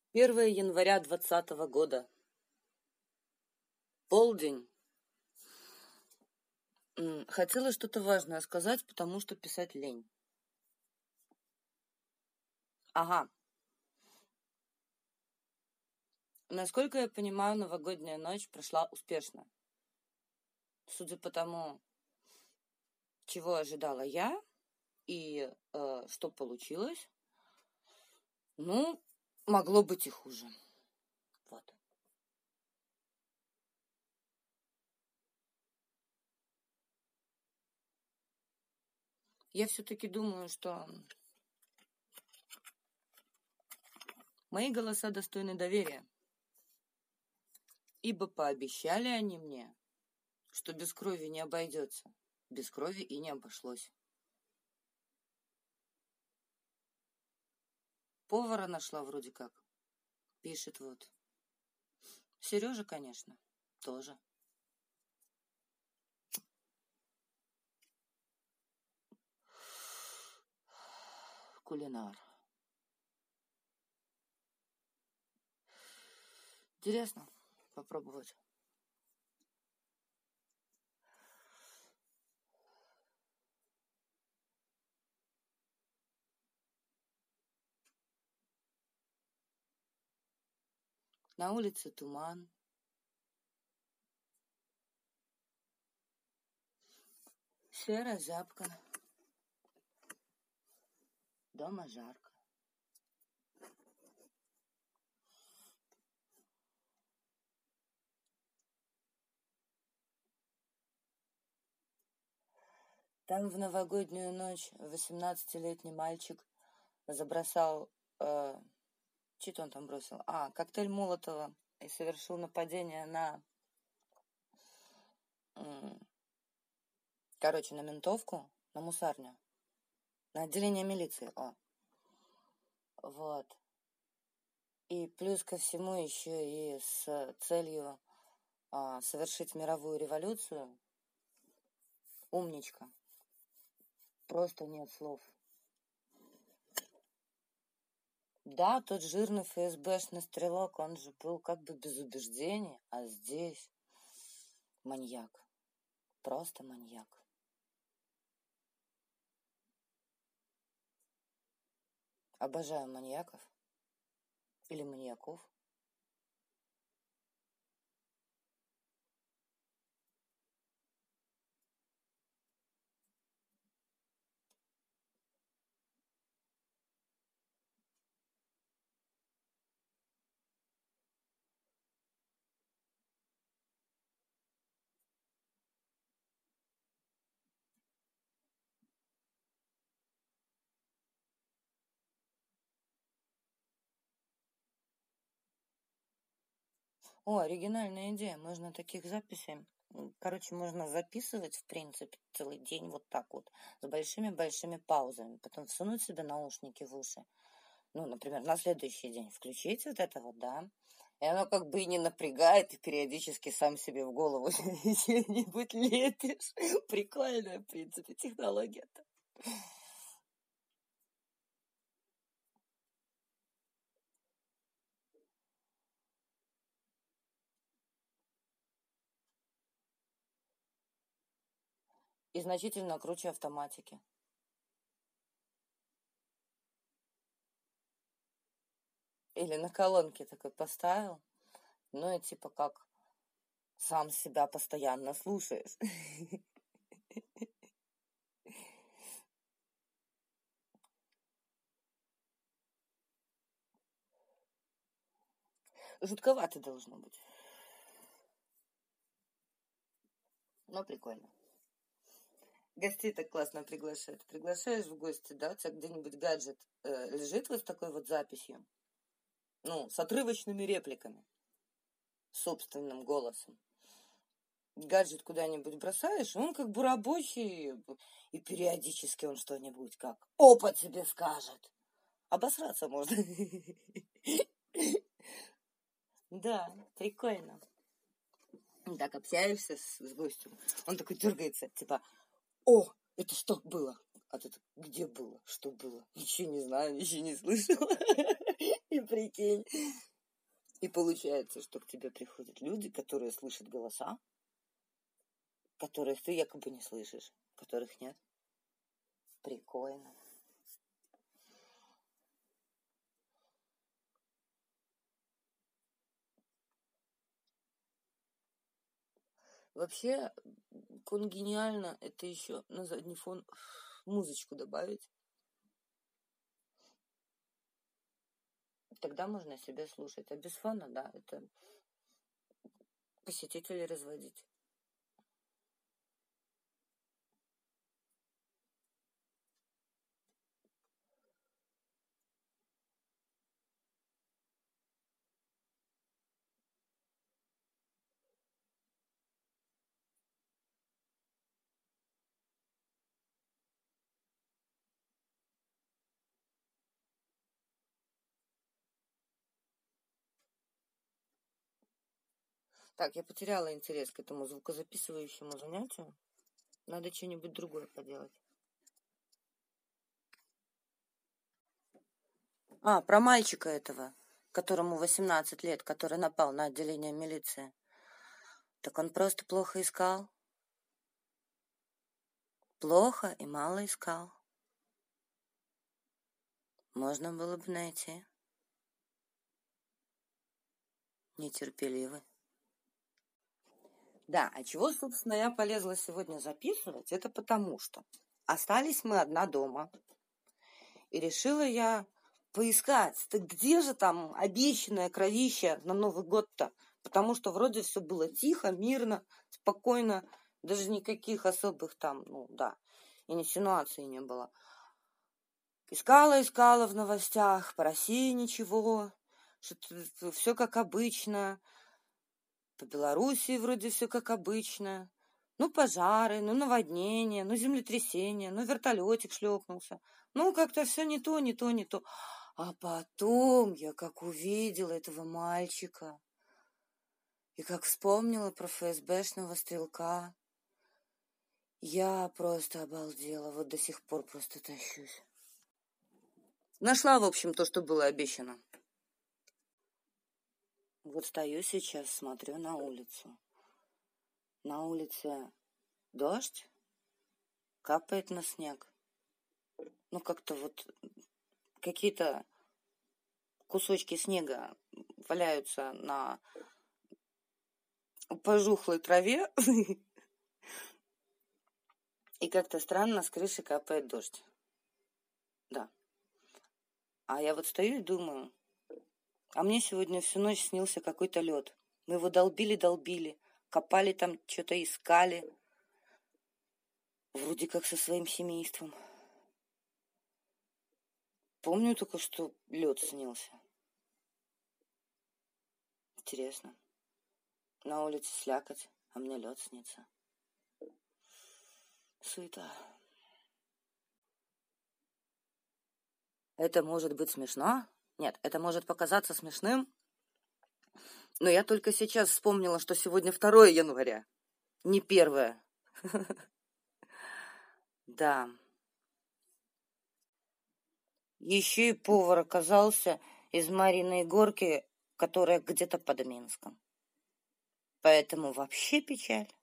1 января 2020 года. Полдень. Хотела что-то важное сказать, потому что писать лень. Ага. Насколько я понимаю, новогодняя ночь прошла успешно. Судя по тому, чего ожидала я и что получилось, могло быть и хуже. Вот. Я все-таки думаю, что мои голоса достойны доверия, ибо пообещали они мне, что без крови не обойдется, без крови и не обошлось. Повара нашла вроде как. Пишет вот. Сережа, конечно, тоже. Кулинар. Интересно попробовать. На улице туман. Серая зябка. Дома жарко. Там в новогоднюю ночь 18-летний мальчик забросал... Что-то он там бросил? Коктейль Молотова и совершил нападение на... на ментовку, на мусарню, на отделение милиции. Вот. И плюс ко всему еще и с целью совершить мировую революцию. Умничка. Просто нет слов. Да, тот жирный ФСБшный стрелок, он же был как бы без убеждений, а здесь маньяк. Просто маньяк. Обожаю маньяков. Или маньяков. Оригинальная идея. Можно таких записей. Можно записывать, в принципе, целый день вот так вот, с большими-большими паузами. Потом всунуть себе наушники в уши. Например, на следующий день включить вот это вот, да. И оно как бы и не напрягает, и периодически сам себе в голову что-нибудь лепишь. Прикольная, в принципе, технология-то. И значительно круче автоматики. Или на колонке такой поставил. И типа как сам себя постоянно слушаешь. Жутковато должно быть. Но прикольно. Гостей так классно приглашают. Приглашаешь в гости, да, у тебя где-нибудь гаджет лежит вот с такой вот записью. С отрывочными репликами. Собственным голосом. Гаджет куда-нибудь бросаешь, он как бы рабочий, и периодически он что-нибудь как «Опа тебе скажет». Обосраться можно. Да, прикольно. Так общаешься с гостем, он такой дергается, типа «О, это что было? А ты так, где было? Что было? Ничего не знаю, ничего не слышала. И прикинь. И получается, что к тебе приходят люди, которые слышат голоса, которых ты якобы не слышишь, которых нет. Прикольно. Вообще, конгениально это еще на задний фон музычку добавить. Тогда можно себя слушать. А без фона, да, это посетителей разводить. Так, я потеряла интерес к этому звукозаписывающему занятию. Надо что-нибудь другое поделать. Про мальчика этого, которому 18 лет, который напал на отделение милиции. Так он просто плохо искал. Плохо и мало искал. Можно было бы найти. Нетерпеливый. Да, а чего, собственно, я полезла сегодня записывать? Это потому что остались мы одна дома. И решила я поискать, так где же там обещанное кровище на Новый год-то? Потому что вроде все было тихо, мирно, спокойно, даже никаких особых там, инсинуаций не было. Искала в новостях, по России ничего, что-то все как обычно, по Белоруссии вроде все как обычно. Пожары, наводнения, землетрясения, вертолетик шлепнулся. Как-то все не то. А потом я как увидела этого мальчика и как вспомнила про ФСБшного стрелка, я просто обалдела. Вот до сих пор просто тащусь. Нашла, в общем, то, что было обещано. Вот стою сейчас, смотрю на улицу. На улице дождь, капает на снег. Как-то вот какие-то кусочки снега валяются на пожухлой траве. И как-то странно с крыши капает дождь. Да. А я вот стою и думаю, а мне сегодня всю ночь снился какой-то лед. Мы его долбили, копали там, что-то искали. Вроде как со своим семейством. Помню только, что лед снился. Интересно. На улице слякоть, а мне лед снится. Суета. Это может быть смешно? Нет, это может показаться смешным. Но я только сейчас вспомнила, что сегодня 2 января, не 1. Да. Еще и повар оказался из Мариной Горки, которая где-то под Минском. Поэтому вообще печаль.